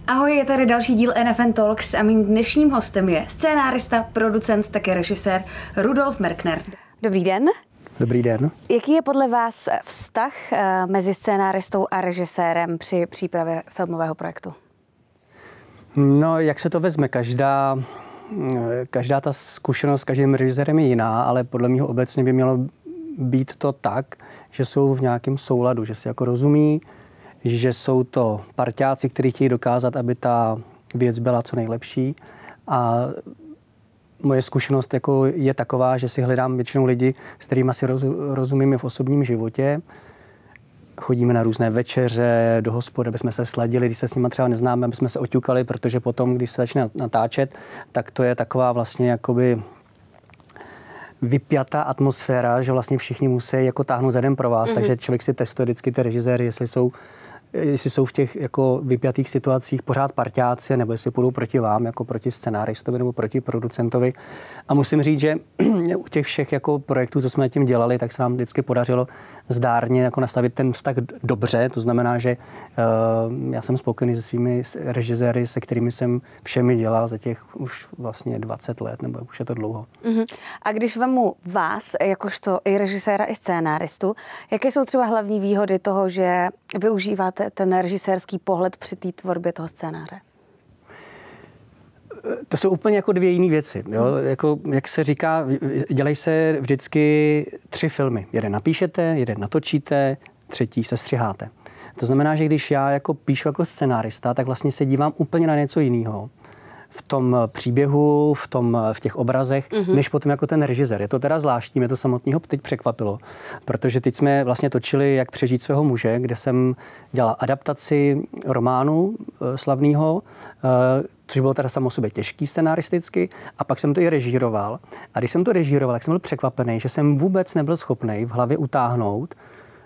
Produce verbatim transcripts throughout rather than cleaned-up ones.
Ahoj, je tady další díl N F N Talks a mým dnešním hostem je scénárista, producent, také režisér Rudolf Merkner. Dobrý den. Dobrý den. Jaký je podle vás vztah mezi scénáristou a režisérem při přípravě filmového projektu? No, jak se to vezme? Každá, každá ta zkušenost s každým režisérem je jiná, ale podle mě obecně by mělo být to tak, že jsou v nějakém souladu, že si jako rozumí, že jsou to parťáci, kteří chtějí dokázat, aby ta věc byla co nejlepší. A moje zkušenost jako je taková, že si hledám většinou lidi, s kterými si rozumíme v osobním životě. Chodíme na různé večeře, do hospody, aby jsme se sladili, když se s nimi třeba neznáme, aby jsme se oťukali, protože potom, když se začne natáčet, tak to je taková vlastně jakoby vypjatá atmosféra, že vlastně všichni musí jako táhnout za jeden pro vás, mm-hmm. takže člověk si testuje vždycky ty režiséry, jestli jsou jestli jsou v těch jako vypjatých situacích pořád parťáci, nebo jestli půjdou proti vám, jako proti scenáristovi nebo proti producentovi. A musím říct, že u těch všech jako projektů, co jsme tím dělali, tak se nám vždycky podařilo zdárně jako nastavit ten vztah dobře. To znamená, že uh, já jsem spokojený se svými režiséry, se kterými jsem všemi dělal za těch už vlastně dvacet let, nebo už je to dlouho. Uh-huh. A když vemu vás, jakožto i režiséra, i scénáristu, jaké jsou třeba hlavní výhody toho, že využíváte ten režisérský pohled při té tvorbě toho scénáře? To jsou úplně jako dvě jiné věci. Jo? Jako, jak se říká, dělají se vždycky tři filmy. Jeden napíšete, jeden natočíte, třetí sestřiháte. To znamená, že když já jako píšu jako scenárista, tak vlastně se dívám úplně na něco jiného v tom příběhu, v, tom, v těch obrazech, mm-hmm. než potom jako ten režisér. Je to teda zvláštní, mě to samotného teď překvapilo, protože teď jsme vlastně točili Jak přežít svého muže, kde jsem dělal adaptaci románu e, slavného, e, což bylo teda samo sobě těžký scenaristicky, a pak jsem to i režíroval. A když jsem to režíroval, tak jsem byl překvapený, že jsem vůbec nebyl schopný v hlavě utáhnout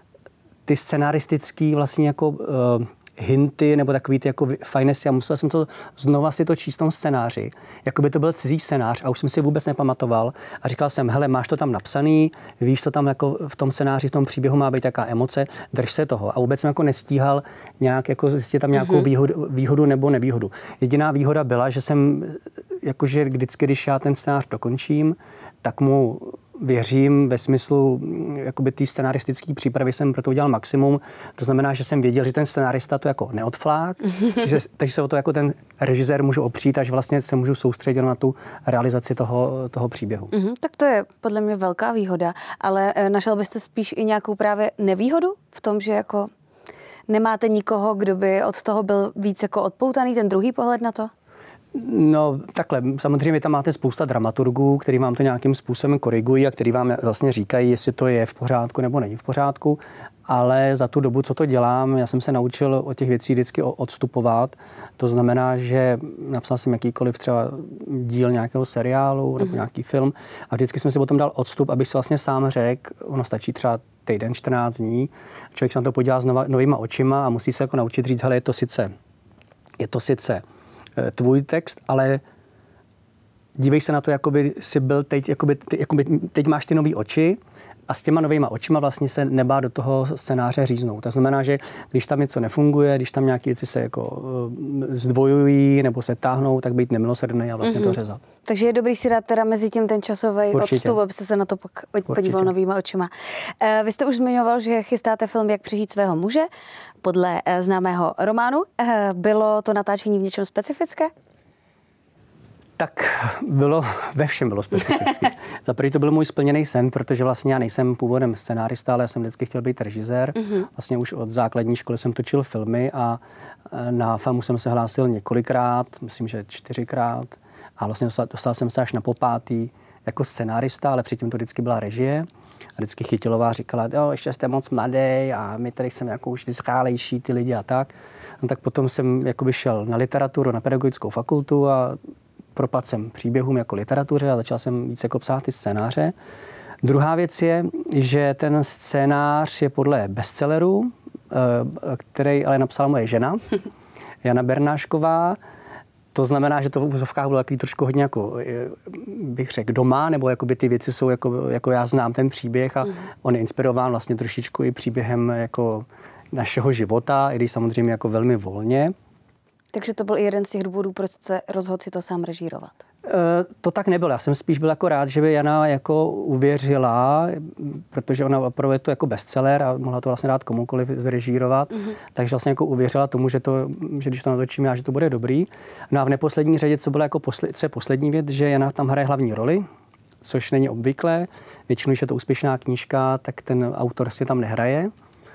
ty scenaristický vlastně jako e, hinty nebo takový ty jako fajnesy a musel jsem to znova si to číst v tom scénáři. Jako by to byl cizí scénář a už jsem si vůbec nepamatoval a říkal jsem, hele, máš to tam napsaný, víš, co tam jako v tom scénáři, v tom příběhu má být taká emoce, drž se toho. A vůbec jsem jako nestíhal nějak jako zjistit tam nějakou mm-hmm. výhodu, výhodu nebo nevýhodu. Jediná výhoda byla, že jsem jakože vždycky, když já ten scénář dokončím, tak mu věřím ve smyslu jakoby té scenaristické přípravy jsem pro to udělal maximum. To znamená, že jsem věděl, že ten scenárista to jako neodflák, takže, takže se o to jako ten režisér můžu opřít, až vlastně se můžu soustředit na tu realizaci toho, toho příběhu. Mm-hmm, tak to je podle mě velká výhoda, ale našel byste spíš i nějakou právě nevýhodu v tom, že jako nemáte nikoho, kdo by od toho byl víc jako odpoutaný, ten druhý pohled na to? No takhle, samozřejmě tam máte spousta dramaturgů, který vám to nějakým způsobem korigují a který vám vlastně říkají, jestli to je v pořádku nebo není v pořádku, ale za tu dobu, co to dělám, já jsem se naučil o těch věcí vždycky odstupovat. To znamená, že napsal jsem jakýkoliv třeba díl nějakého seriálu nebo nějaký film a vždycky jsem si potom dal odstup, abych si vlastně sám řekl, ono stačí třeba týden, čtrnáct dní, člověk se na to podívá s nova, novýma očima a musí se jako naučit říct, hele, je to sice, je to sice tvůj text, ale dívej se na to, jakoby jsi byl teď, jakoby, ty, jakoby teď máš ty nový oči a s těma novýma očima vlastně se nebá do toho scénáře říznout. To znamená, že když tam něco nefunguje, když tam nějaké věci se jako zdvojují nebo se táhnou, tak být nemilosrdný a vlastně mm-hmm. to řezat. Takže je dobrý si dát teda mezi tím ten časový odstup, abyste se na to pak podíval novýma očima. Vy jste už zmiňoval, že chystáte film Jak přežít svého muže podle známého románu. Bylo to natáčení v něčem specifické? Tak bylo, ve všem bylo specifické. Za první to byl můj splněný sen, protože vlastně já nejsem původem scenárista, ale já jsem vždycky chtěl být režisér. Mm-hmm. Vlastně už od základní školy jsem točil filmy a na FAMu jsem se hlásil několikrát, myslím, že čtyřikrát. A vlastně dostal, dostal jsem se až na popátý jako scenárista, ale předtím to vždycky byla režie. A vždycky Chytilová říkala, jo, ještě jste moc mladý a my tady chceme jako už vyzrálejší ty lidi a tak. No tak potom jsem jakoby šel na literaturu, na pedagogickou fakultu a propadl jsem příběhům jako literatuře a začal jsem víc jako psát ty scénáře. Druhá věc je, že ten scénář je podle bestselleru, který ale napsala moje žena, Jana Bernášková. To znamená, že to v úzovkách bylo takový trošku hodně jako, bych řekl, doma, nebo jakoby ty věci jsou, jako, jako já znám ten příběh a on je inspirován vlastně trošičku i příběhem jako našeho života, i když samozřejmě jako velmi volně. Takže to byl i jeden z těch důvodů, proč jste rozhodl si to sám režírovat. To tak nebylo. Já jsem spíš byl jako rád, že by Jana jako uvěřila, protože ona opravdu je to jako bestseller a mohla to vlastně dát komukoliv zrežírovat. Mm-hmm. Takže vlastně jako uvěřila tomu, že, to, že když to natočíme, já, že to bude dobrý. No a v neposlední řadě, co bylo jako posle, co je poslední věc, že Jana tam hraje hlavní roli, což není obvyklé. Většinou, když je to úspěšná knížka, tak ten autor si tam nehraje,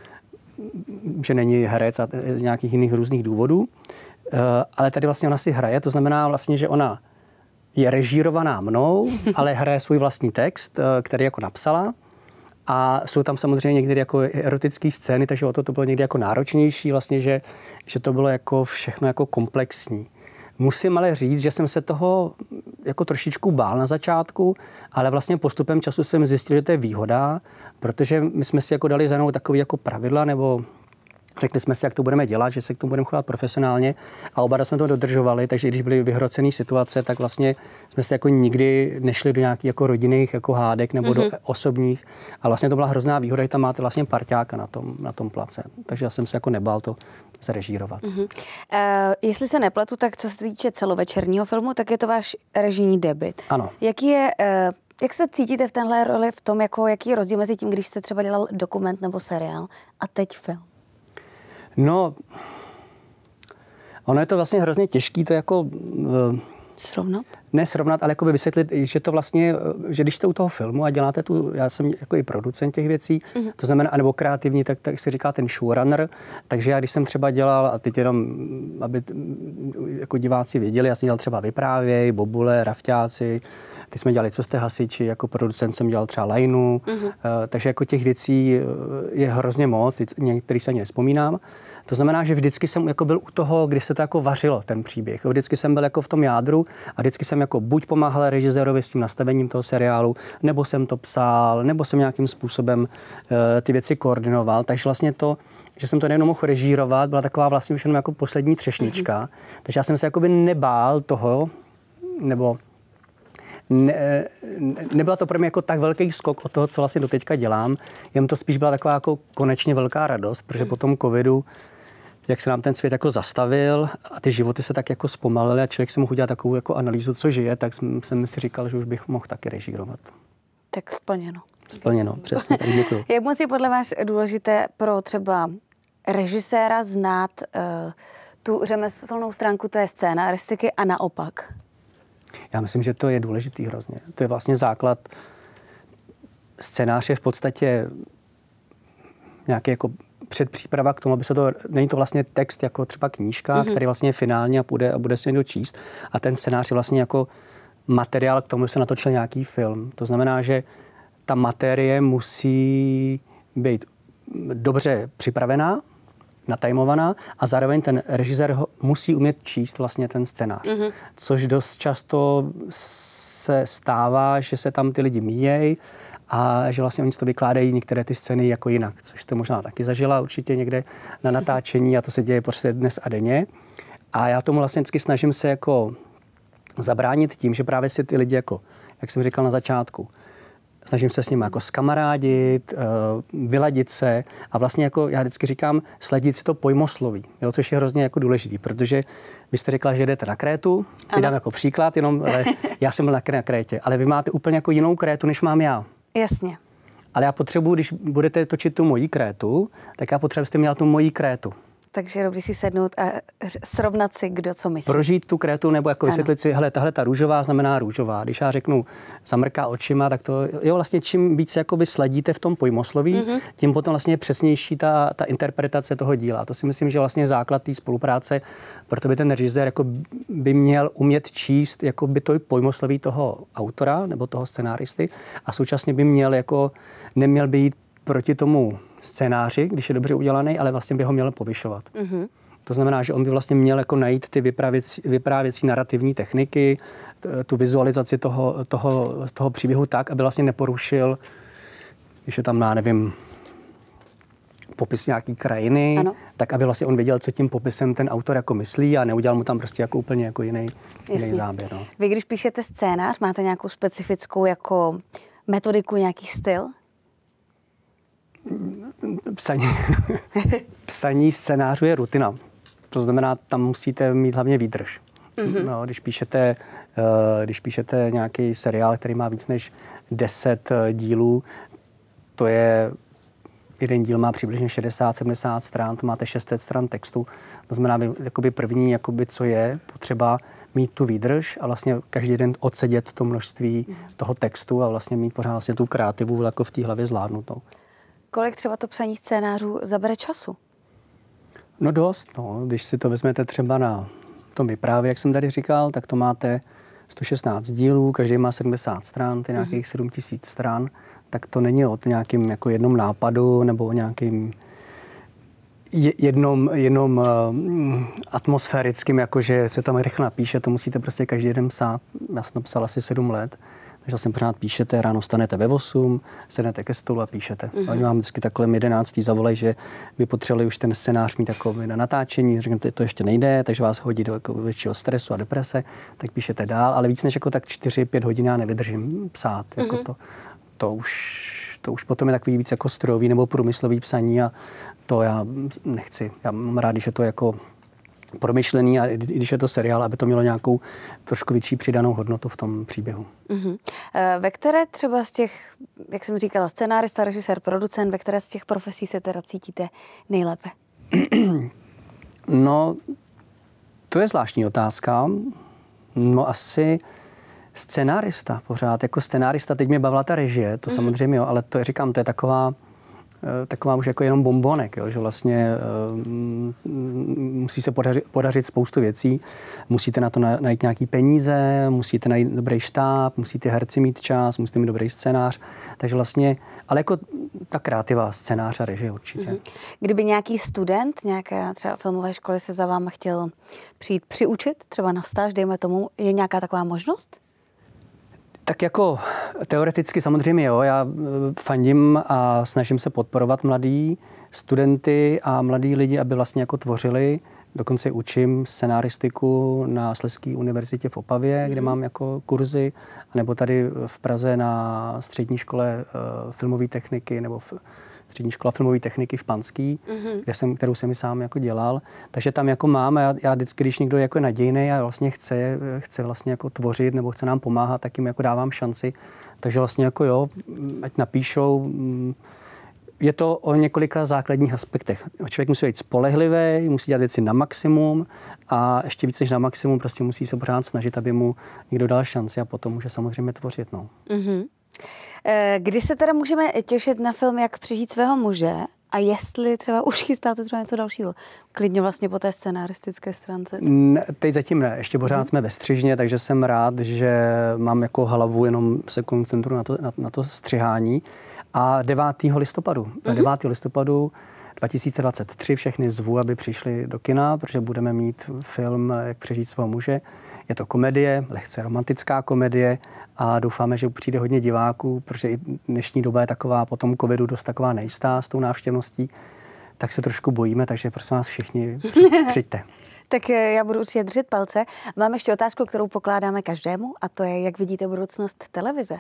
že není herec a z nějakých jiných různých důvodů. Ale tady vlastně ona si hraje, to znamená vlastně, že ona je režírovaná mnou, ale hraje svůj vlastní text, který jako napsala. A jsou tam samozřejmě někdy jako erotické scény, takže o to to bylo někdy jako náročnější, vlastně, že, že to bylo jako všechno jako komplexní. Musím ale říct, že jsem se toho jako trošičku bál na začátku, ale vlastně postupem času jsem zjistil, že to je výhoda, protože my jsme si jako dali za mnou takový jako pravidla, nebo řekli jsme si, jak to budeme dělat, že se k tomu budeme chovat profesionálně a oba jsme to dodržovali, takže když byly vyhrocené situace, tak vlastně jsme se jako nikdy nešli do nějakých jako rodinných jako hádek nebo mm-hmm. do osobních. A vlastně to byla hrozná výhoda, že tam máte vlastně parťáka na tom, na tom place. Takže já jsem se jako nebál to zrežírovat. Mm-hmm. Uh, jestli se nepletu, tak co se týče celovečerního filmu, tak je to váš režijní debut. Ano. Jaký je... Uh, Jak se cítíte v téhle roli v tom, jako, jaký je rozdíl mezi tím, když jste třeba dělal dokument nebo seriál a teď film? No, ono je to vlastně hrozně těžký to jako... Srovnat? Ne srovnat, ale jakoby vysvětlit, že to vlastně, že když jste u toho filmu a děláte tu, já jsem jako i producent těch věcí, mm-hmm. to znamená, anebo kreativní, tak, tak se říká ten showrunner, takže já když jsem třeba dělal, a teď jenom, aby jako diváci věděli, já jsem dělal třeba Vyprávěj, Bobule, Rafťáci, ty jsme dělali Co jste hasiči, jako producent jsem dělal třeba Lajnu, mm-hmm. takže jako těch věcí je hrozně moc, některý se ani nevzpomínám. To znamená, že vždycky jsem jako byl u toho, kdy se to jako vařilo, ten příběh. Vždycky jsem byl jako v tom jádru a vždycky jsem jako buď pomáhal režisérovi s tím nastavením toho seriálu, nebo jsem to psal, nebo jsem nějakým způsobem uh, ty věci koordinoval. Takže vlastně to, že jsem to nejenom mohl režírovat, byla taková vlastně už jenom jako poslední třešnička. Mm-hmm. Takže já jsem se jakoby nebál toho, nebo Ne, nebyla to pro mě jako tak velký skok od toho, co vlastně doteďka dělám, jen to spíš byla taková jako konečně velká radost, protože po tom covidu, jak se nám ten svět jako zastavil a ty životy se tak jako zpomalily a člověk si mohl udělat takovou jako analýzu, co žije, tak jsem, jsem si říkal, že už bych mohl taky režírovat. Tak splněno. Splněno, přesně, tak děkuju. Jak moc je podle vás důležité pro třeba režiséra znát uh, tu řemeslnou stránku té scénaristiky a naopak? Já myslím, že to je důležitý hrozně. To je vlastně základ. Scénář je v podstatě nějaký jako předpříprava k tomu, aby se to, není to vlastně text jako třeba knížka, mm-hmm. který vlastně je finální a půjde a bude se někdo číst. A ten scénář je vlastně jako materiál k tomu, že se natočil nějaký film. To znamená, že ta materie musí být dobře připravená, natajmovaná a zároveň ten režisér musí umět číst vlastně ten scénář. Mm-hmm. Což dost často se stává, že se tam ty lidi míjejí a že vlastně oni si to vykládají některé ty scény jako jinak, což jste možná taky zažila určitě někde na natáčení a to se děje prostě dnes a denně. A já tomu vlastně vždycky snažím se jako zabránit tím, že právě si ty lidi jako, jak jsem říkal na začátku, snažím se s nimi jako zkamarádit, vyladit se a vlastně jako já vždycky říkám, sledit si to pojmosloví, jo, což je hrozně jako důležitý, protože vy jste řekla, že jdete na Krétu, ty dám jako příklad, jenom, ale já jsem byl na Krétě, ale vy máte úplně jako jinou Krétu, než mám já. Jasně. Ale já potřebuji, když budete točit tu moji Krétu, tak já potřebuji, abyste měla tu moji Krétu. Takže je dobrý si sednout a srovnat si, kdo co myslí. Prožít tu Krétu nebo jako vysvětlit si, hele, tahle ta růžová znamená růžová. Když já řeknu zamrká očima, tak to, jo, vlastně čím víc jakoby sledíte v tom pojmosloví, mm-hmm. tím potom vlastně je přesnější ta, ta interpretace toho díla. To si myslím, že vlastně základ té spolupráce, proto by ten režisér jako by měl umět číst jako by to pojmosloví toho autora nebo toho scenáristy a současně by měl jako, neměl by jít proti tomu scénáři, když je dobře udělaný, ale vlastně by ho měl povyšovat. Mm-hmm. To znamená, že on by vlastně měl jako najít ty vyprávěcí, vyprávěcí narrativní techniky, tu vizualizaci toho, toho, toho příběhu tak, aby vlastně neporušil, když je tam, já nevím, popis nějaký krajiny, ano. tak aby vlastně on věděl, co tím popisem ten autor jako myslí a neudělal mu tam prostě jako úplně jako jiný, jiný záběr. No. Vy, když píšete scénář, máte nějakou specifickou jako metodiku, nějaký styl? Psaní, psaní scénářů je rutina. To znamená, tam musíte mít hlavně výdrž. Mm-hmm. No, když píšete, když píšete nějaký seriál, který má víc než deset dílů, to je, jeden díl má přibližně šedesát sedmdesát stran, to máte šest set stran textu. To znamená, jakoby první, jakoby, co je potřeba mít tu výdrž a vlastně každý den odsedět to množství mm-hmm. toho textu a vlastně mít pořád vlastně tu kreativu jako v té hlavě zvládnutou. Kolik třeba to psaní scénářů zabere času? No dost, no. Když si to vezmete třeba na tom vyprávě, jak jsem tady říkal, tak to máte sto šestnáct dílů, každý má sedmdesát stran, to je nějakých sedm tisíc stran, tak to není o nějakým jako jednom nápadu nebo o nějakým jednom, jednom uh, atmosférickým, jakože se tam rychle napíše, to musíte prostě každý den psát. Já jsem to psal asi sedm let. Takže vlastně pořád píšete, ráno stanete ve osm, sednete ke stolu a píšete. Mm-hmm. Oni vám vždycky takhle jedenáctý zavolají, že by potřebovali už ten scénář mít takový na natáčení, řeknete, to ještě nejde, takže vás hodí do jako většího stresu a deprese, tak píšete dál, ale víc než jako tak čtyři pět hodin já nevydržím psát. Mm-hmm. Jako to, to, už, to už potom je takový víc jako strojový nebo průmyslový psaní a to já nechci. Já mám rád, že to je jako promyšlený a i když je to seriál, aby to mělo nějakou trošku větší přidanou hodnotu v tom příběhu. Mm-hmm. Ve které třeba z těch, jak jsem říkala, scenárista, režisér, producent, ve které z těch profesí se teda cítíte nejlépe? No, to je zvláštní otázka. No asi scenárista pořád. Jako scenárista, teď mě bavila ta režie, to mm-hmm. samozřejmě, jo, ale to říkám, to je taková taková už jako jenom bombonek, jo, že vlastně uh, musí se podařit, podařit spoustu věcí, musíte na to najít nějaký peníze, musíte najít dobrý štáb, musíte herci mít čas, musíte mít dobrý scénář, takže vlastně, ale jako ta kreativa, scénář a režie určitě. Mm-hmm. Kdyby nějaký student nějaké třeba filmové školy se za váma chtěl přijít přiučit, třeba na stáž, dejme tomu, je nějaká taková možnost? Tak jako teoreticky samozřejmě jo, já fandím a snažím se podporovat mladý studenty a mladí lidi, aby vlastně jako tvořili. Dokonce učím scenaristiku na Slezské univerzitě v Opavě, mm. kde mám jako kurzy, nebo tady v Praze na střední škole uh, filmové techniky nebo v střední škola filmové techniky v Panský, mm-hmm. kde jsem, kterou jsem i sám jako dělal. Takže tam jako máme, já, já vždycky, když někdo jako je nadějný a vlastně chce, chce vlastně jako tvořit nebo chce nám pomáhat, tak jim jako dávám šanci. Takže vlastně jako jo, ať napíšou. Je to o několika základních aspektech. Člověk musí být spolehlivý, musí dělat věci na maximum a ještě víc než na maximum prostě musí se pořád snažit, aby mu někdo dal šanci a potom může samozřejmě tvořit. No. Mm-hmm. Kdy se teda můžeme těšit na film Jak přežít svého muže a jestli třeba už chystáte třeba něco dalšího? Klidně vlastně po té scenaristické stránce. Ne, teď zatím ne, ještě pořád mm-hmm. jsme ve střižně, takže jsem rád, že mám jako hlavu, jenom se koncentruji na to, na, na to střihání. A devátého listopadu, mm-hmm. devátého listopadu dva tisíce dvacet tři všechny zvu, aby přišli do kina, protože budeme mít film Jak přežít svého muže. Je to komedie, lehce romantická komedie a doufáme, že přijde hodně diváků, protože i dnešní doba je taková po tom covidu dost taková nejistá s tou návštěvností, tak se trošku bojíme, takže prosím vás všichni přijďte. Tak já budu určitě držet palce. Mám ještě otázku, kterou pokládáme každému a to je, jak vidíte budoucnost televize?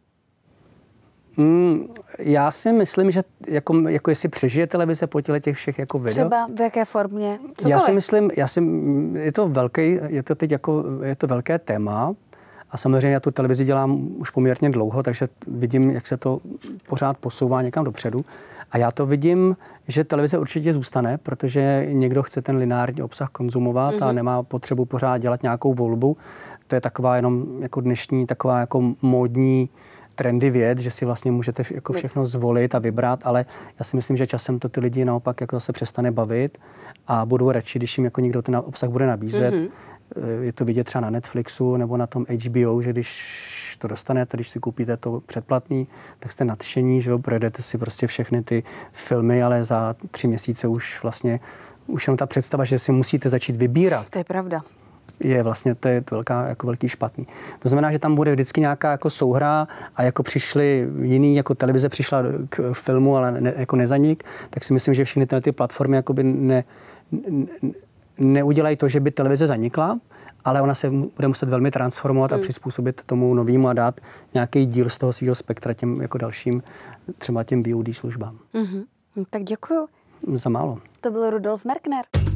Mm, já si myslím, že jako, jako jestli přežije televize po těle těch všech jako video. Třeba v jaké formě? Cokoliv. Já si myslím, já si, je to velký, je to teď jako, je to velké téma a samozřejmě já tu televizi dělám už poměrně dlouho, takže vidím, jak se to pořád posouvá někam dopředu. A já to vidím, že televize určitě zůstane, protože někdo chce ten lineární obsah konzumovat mm-hmm. a nemá potřebu pořád dělat nějakou volbu. To je taková jenom jako dnešní taková jako módní trendy věc, že si vlastně můžete jako všechno zvolit a vybrat, ale já si myslím, že časem to ty lidi naopak jako zase přestane bavit a budou radši, když jim jako někdo ten obsah bude nabízet. Mm-hmm. Je to vidět třeba na Netflixu nebo na tom H B O, že když to dostanete, když si koupíte to předplatný, tak jste nadšení, že jo, projedete si prostě všechny ty filmy, ale za tři měsíce už vlastně, už jenom ta představa, že si musíte začít vybírat. To je pravda. Je vlastně, to je velká, jako velký špatný. To znamená, že tam bude vždycky nějaká jako souhra a jako přišli jiný, jako televize přišla k filmu, ale ne, jako nezanik, tak si myslím, že všechny tyhle ty platformy jakoby ne, ne, neudělají to, že by televize zanikla, ale ona se bude muset velmi transformovat mm. a přizpůsobit tomu novému a dát nějaký díl z toho svého spektra těm jako dalším, třeba těm V O D službám. Mm-hmm. Tak děkuju. Za málo. To byl Rudolf Merkner.